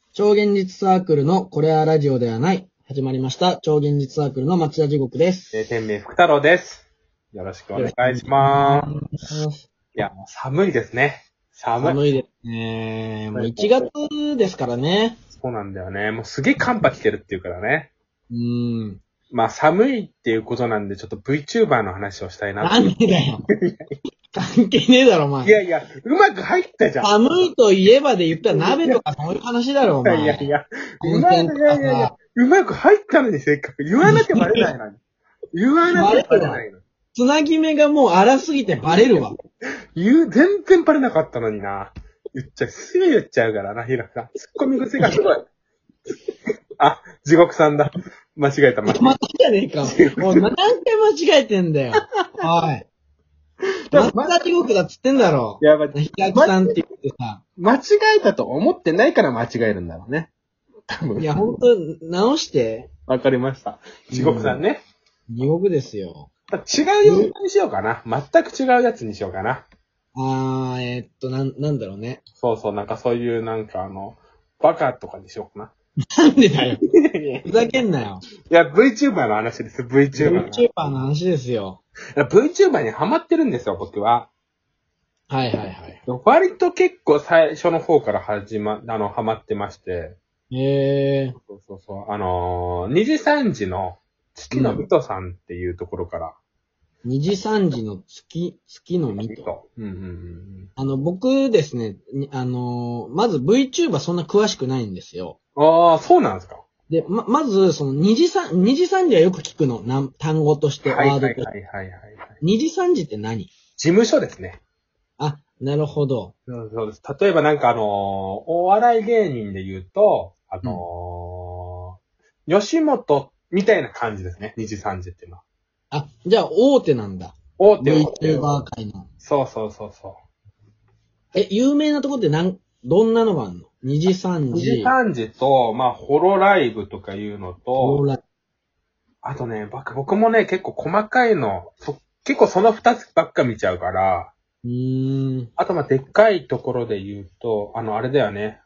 超現実サークルのこれはラジオではない。始まりました。超現実サークルの町田地獄です。 天命福太郎です。よろしくお願いします。いや、もう寒いですね。 寒いですね。もう1月ですからね。 そうなんだよね。もうすげえ寒波来てるっていうからね。まあ寒いっていうことなんで、ちょっと VTuber の話をしたいな。 なんでだよ。関係ねえだろ、お前。 いやいや、うまく入ったじゃん。 寒いといえばで言ったら鍋とかそういう話だろ、お前。 いやいや、うまく入ったのにせっかく言わなきゃバレないのに。言わなきゃバレないの。 つなぎ目がもう荒すぎてバレるわ。 全然バレなかったのにな。すぐ言っちゃうからな、ひらさん。ツッコミ癖がすごい。あ、地獄さんだ。間違えた。 またじゃねえか。もう何回間違えてんだよ。はい。また地獄だっつってんだろ。 いや、 ひらきさんって言ってさ。 間違えたと思ってないから間違えるんだろうね。多分。 いや、ほんと、直して。 わかりました。地獄さんね。 地獄ですよ。 違うようにしようかな。全く違うやつにしようかな。 なんだろうね。 そうそう、なんかそういうバカとかにしようかな。 なんでだよ。ふざけんなよ。 いや、VTuber の話です。 VTuber の話ですよ。 VTuber にハマってるんですよ、僕は。 はいはいはい。 割と結構最初の方からハマってまして。そう。2時3時の月のミトさんっていうところから。 2時3時の月のミト。僕ですね、まず VTuber そんな詳しくないんですよ。 ああ、そうなんですか。 で、まず、その2時3時はよく聞くの。単語として、ワードとして。はい。2時3時って何？ 事務所ですね。 あ、なるほど。 そうです。例えばお笑い芸人で言うと、吉本みたいな感じですね。2時3時っていうのは。 あ、じゃあ大手なんだ。 大手。 VTuber 界の。 そう。 有名なとこってどんなのがあるの？ 2 時3時。 2時3時と、まあ、ホロライブとかいうのと、あとね、僕もね、結構細かいの、結構その2つばっか見ちゃうから、あと、ま、でっかいところで言うと、あれだよね、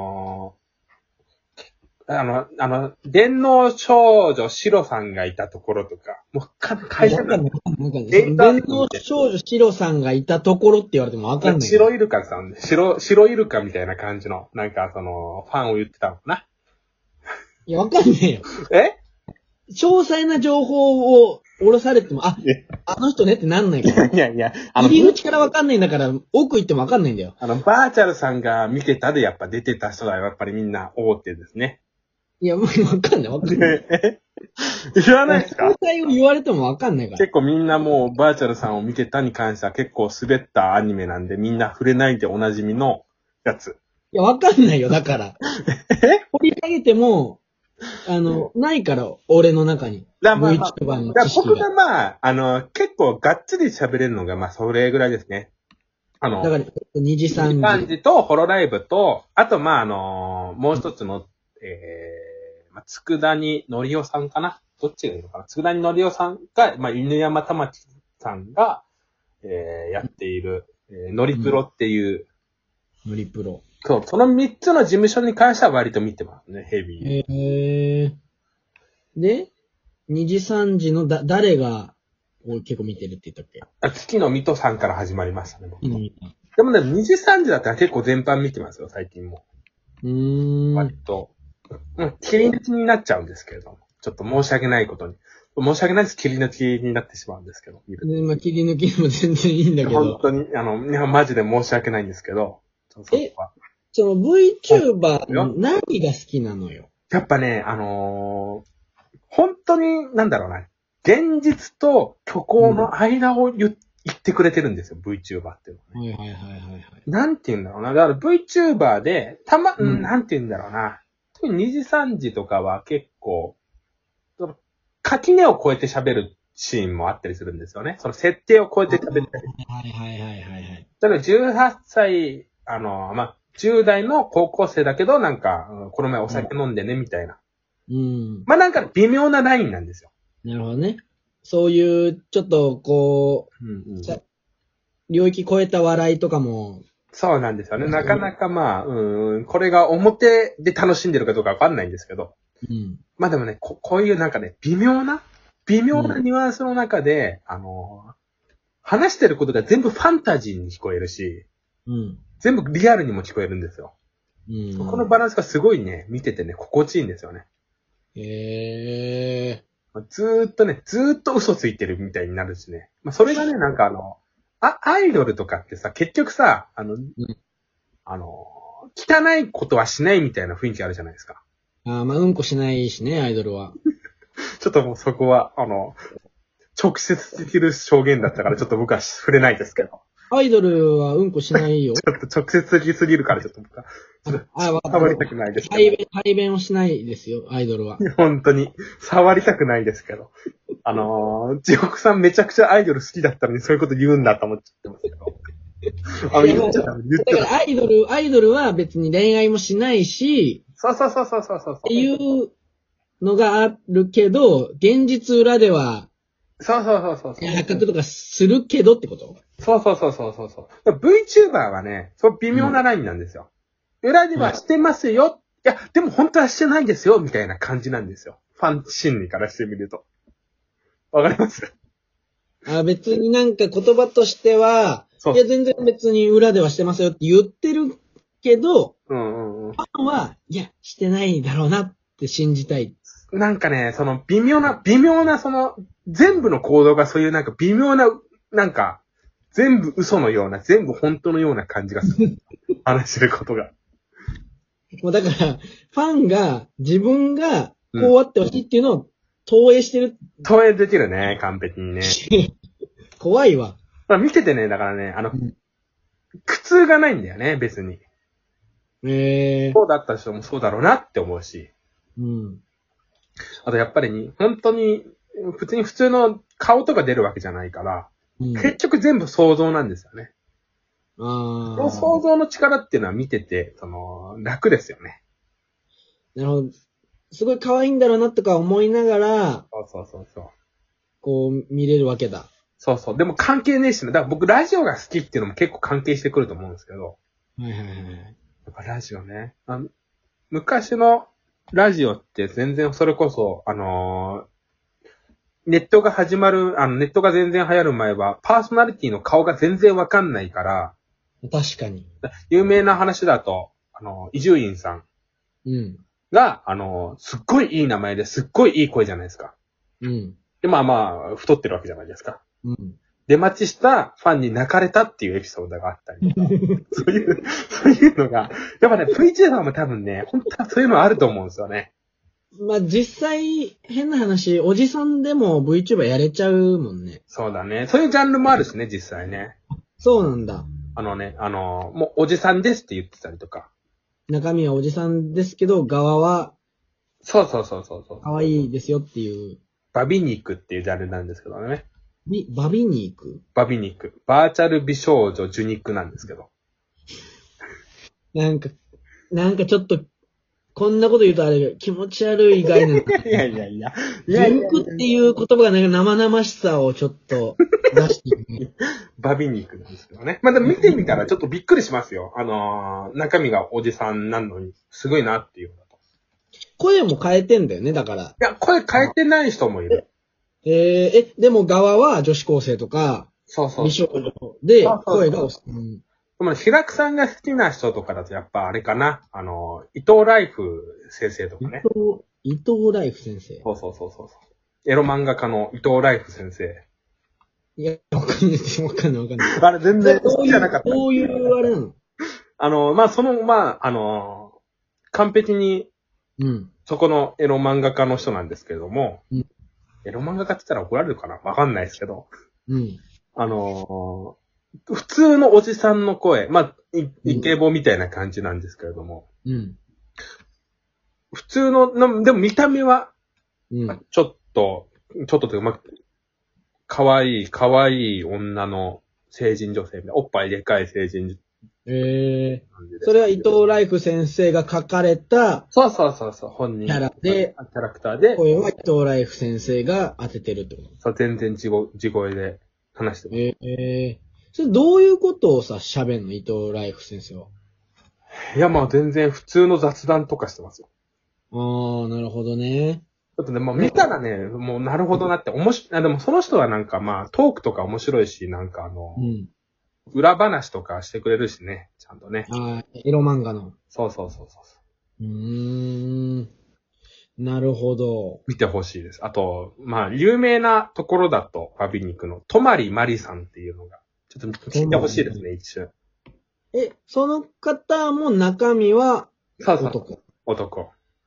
電脳少女シロさんがいたところとか、もう、会社が、電脳少女シロさんがいたところって言われてもわかんない。 白イルカさん、白イルカみたいな感じの、ファンを言ってたのかな。 いや、わかんねえよ。詳細な情報を下ろされても、あの人ねってなんないから。 いや、 入り口からわかんないんだから、奥行ってもわかんないんだよ。 バーチャルさんが見てたでやっぱ出てた人はやっぱりみんな大手ですね。 いや、もうわかんない。 知らないですか？ 詳細を言われてもわかんないから。 結構みんなもうバーチャルさんを見てたに関しては結構滑ったアニメなんでみんな触れないでおなじみのやつ。 いや、わかんないよ、だから。掘り上げても、ないから、俺の中に。VTuber の知識が。 僕が結構がっつり喋れるのがそれぐらいですね。 だから、2時3時。 2時3時とホロライブと、あともう一つの、佃煮のりおさんかな？どっちがいいのかな？佃煮のりおさんが、犬山たまちさんが、やっている、のりプロっていう。 のりプロ。 そう、その3つの事務所に関しては割と見てますね、ヘビー。 で、2時3時の誰が、結構見てるって言ったっけ？ 月のミトさんから始まりましたね、僕。でもね、2時3時だったら結構全般見てますよ、最近も。割と。切り抜きになっちゃうんですけれども。ちょっと申し訳ないことに。申し訳ないです。切り抜きになってしまうんですけど。 切り抜きでも全然いいんだけど。 本当に、マジで申し訳ないんですけど。 その VTuber の何が好きなのよ。 やっぱね、本当に、なんだろうな。現実と虚構の間を言ってくれてるんですよ、VTuber っていうのは、ね。なんて言うんだろうな。だから VTuber で、なんて言うんだろうな。2時3時とかは結構、垣根を越えて喋るシーンもあったりするんですよね。その設定を超えて喋ったり。だから18歳、10代の高校生だけど、この前お酒飲んでね、みたいな。微妙なラインなんですよ。 なるほどね。そういう、ちょっと、領域超えた笑いとかもそうなんですよね。なかなかまあ、これが表で楽しんでるかどうかわかんないんですけど。 うん。 まあでもね、こういうなんかね、微妙なニュアンスの中で、話してることが全部ファンタジーに聞こえるし、 うん。 全部リアルにも聞こえるんですよ。 うん。 このバランスがすごいね、見ててね、心地いいんですよね。ずーっと嘘ついてるみたいになるしね。まあ、それがね、なんかアイドルとかってさ、結局さ、汚いことはしないみたいな雰囲気あるじゃないですか。 まあ、うんこしないしね、アイドルは。 ちょっともうそこは、直接的る証言だったからちょっと僕は触れないですけど。 アイドルはうんこしないよ。 ちょっと直接的すぎるからちょっと僕は、触りたくないですけど。 排便をしないですよ、アイドルは。 本当に、触りたくないですけど。地獄さんめちゃくちゃアイドル好きだったのにそういうこと言うんだと思っちゃってますけど。言っちゃった。 だからアイドルは別に恋愛もしないし、 そう。 っていうのがあるけど、現実裏では、 そう。 発覚とかするけどってこと？ そう。VTuber はね、そう微妙なラインなんですよ。裏ではしてますよ。いや、でも本当はしてないですよ、みたいな感じなんですよ。ファン心理からしてみると。わかります？ 別になんか言葉としては、いや全然別に裏ではしてますよって言ってるけど、ファンは、いや、してないだろうなって信じたい。 なんかね、その微妙な、その、全部の行動がそういうなんか微妙な、なんか、全部嘘のような、全部本当のような感じがする。話してることが。 もうだから、ファンが、自分がこうあってほしいっていうのを投影してる。 投影できるね、完璧にね。 怖いわ。 見ててね、だからね、苦痛がないんだよね、別に。そうだった人もそうだろうなって思うし。あとやっぱり本当に、普通の顔とか出るわけじゃないから、結局全部想像なんですよね。想像の力っていうのは見てて、楽ですよね。 なるほど。すごい可愛いんだろうなとか思いながら、 そう。 こう見れるわけだ。 そう。でも関係ねえしね。だから僕ラジオが好きっていうのも結構関係してくると思うんですけど。 はい。 やっぱラジオね。昔のラジオって全然それこそ、ネットが始まる、ネットが全然流行る前は、パーソナリティの顔が全然わかんないから。 確かに。 有名な話だと、伊集院さん。が、すっごいいい名前ですっごいいい声じゃないですか。で、まあ、太ってるわけじゃないですか。出待ちしたファンに泣かれたっていうエピソードがあったりとか。そういうのが、やっぱね、VTuber も多分ね、本当はそういうのあると思うんですよね。 まあ、実際、変な話、おじさんでも VTuber やれちゃうもんね。 そうだね。そういうジャンルもあるしね、実際ね。 そうなんだ。 もうおじさんですって言ってたりとか。 中身はおじさんですけど、側は、 そう。 可愛いですよっていう。 バビ肉っていうジャンルなんですけどね。 バビ肉？ バビ肉。バーチャル美少女受肉なんですけど。 なんかちょっと、こんなこと言うとあれ、気持ち悪い概念。 いや。 受肉っていう言葉がなんか生々しさをちょっと出してる。 バビ肉なんですけどね。まあ、でも見てみたらちょっとびっくりしますよ。中身がおじさんなのに、すごいなっていうのと。 声も変えてんだよね、だから。いや、声変えてない人もいる。 でも側は女子高生とか、 そう。 美少女で、声がでも、平久さんが好きな人とかだとやっぱあれかな。伊藤ライフ先生とかね。 伊藤ライフ先生。 そう。エロ漫画家の伊藤ライフ先生。 いや、わかんない。 あれ全然好きじゃなかった。 どういうあれなの？ 完璧に、そこのエロ漫画家の人なんですけれども、エロ漫画家って言ったら怒られるかな？わかんないですけど、普通のおじさんの声、イケボみたいな感じなんですけれども、普通の、でも見た目は、ちょっとというか、かわいい女の成人女性みたいな、おっぱいでかい成人女性。 それは伊藤ライフ先生が書かれた、 そう、本人。 キャラクターで。 声は伊藤ライフ先生が当ててるってこと？ そう、全然地声で話してます。 それどういうことをさ、喋んの伊藤ライフ先生は。 いや、まあ全然普通の雑談とかしてますよ。 ああ、なるほどね。 ちょっとね、もう見たらね、もうなるほどなって、でもその人はなんかまあトークとか面白いし、なんか裏話とかしてくれるしね、ちゃんとね。 ああ、エロ漫画の。 そう。 なるほど。 見てほしいです。あと、まあ、有名なところだと、ファビニクの、泊まりさんっていうのが、ちょっと聞いてほしいですね、一瞬。 その方も中身は男。 男。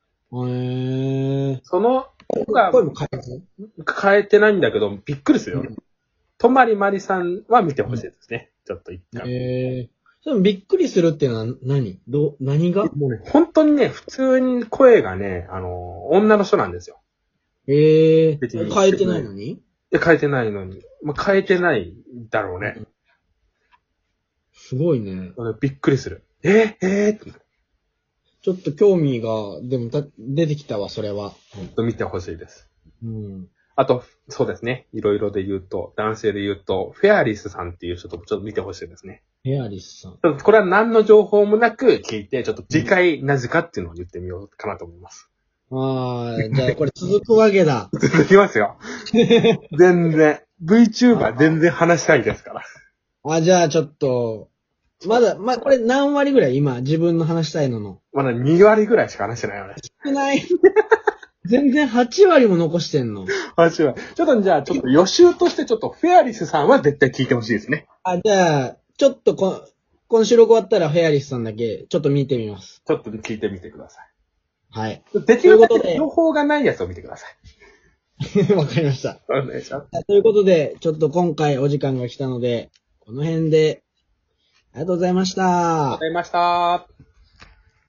その子が、 声も変えず変えてないんだけど、びっくりするよ。泊まりさんは見てほしいですね。ちょっと一回。 それびっくりするっていうのは何がもうね、本当にね、普通に声がね、女の人なんですよ。 別に変えてないのに変えてないのに。まあ、変えてないだろうね。 すごいね。 びっくりする。 ちょっと興味が、でも出てきたわ、それは。 見てほしいです。あと、そうですね。いろいろで言うと、男性で言うと、フェアリスさんっていう人とちょっと見てほしいですね。 フェアリスさん。 これは何の情報もなく聞いて、ちょっと次回なぜかっていうのを言ってみようかなと思います。 じゃあこれ続くわけだ。 続きますよ。全然。VTuber 全然話したいですから。 じゃあちょっと、これ何割ぐらい今、自分の話したいの。 まだ2割ぐらいしか話してないよね。 少ない。全然8割も残してんの。 8割。ちょっとじゃあ、ちょっと予習としてちょっとフェアリスさんは絶対聞いてほしいですね。 じゃあ、ちょっとこの収録終わったらフェアリスさんだけ、ちょっと見てみます。 ちょっと聞いてみてください。 はい。 できるだけ情報がないやつを見てください。わかりました。 お願いします。 ということで、ちょっと今回お時間が来たので、この辺で、ありがとうございました。 ありがとうございました。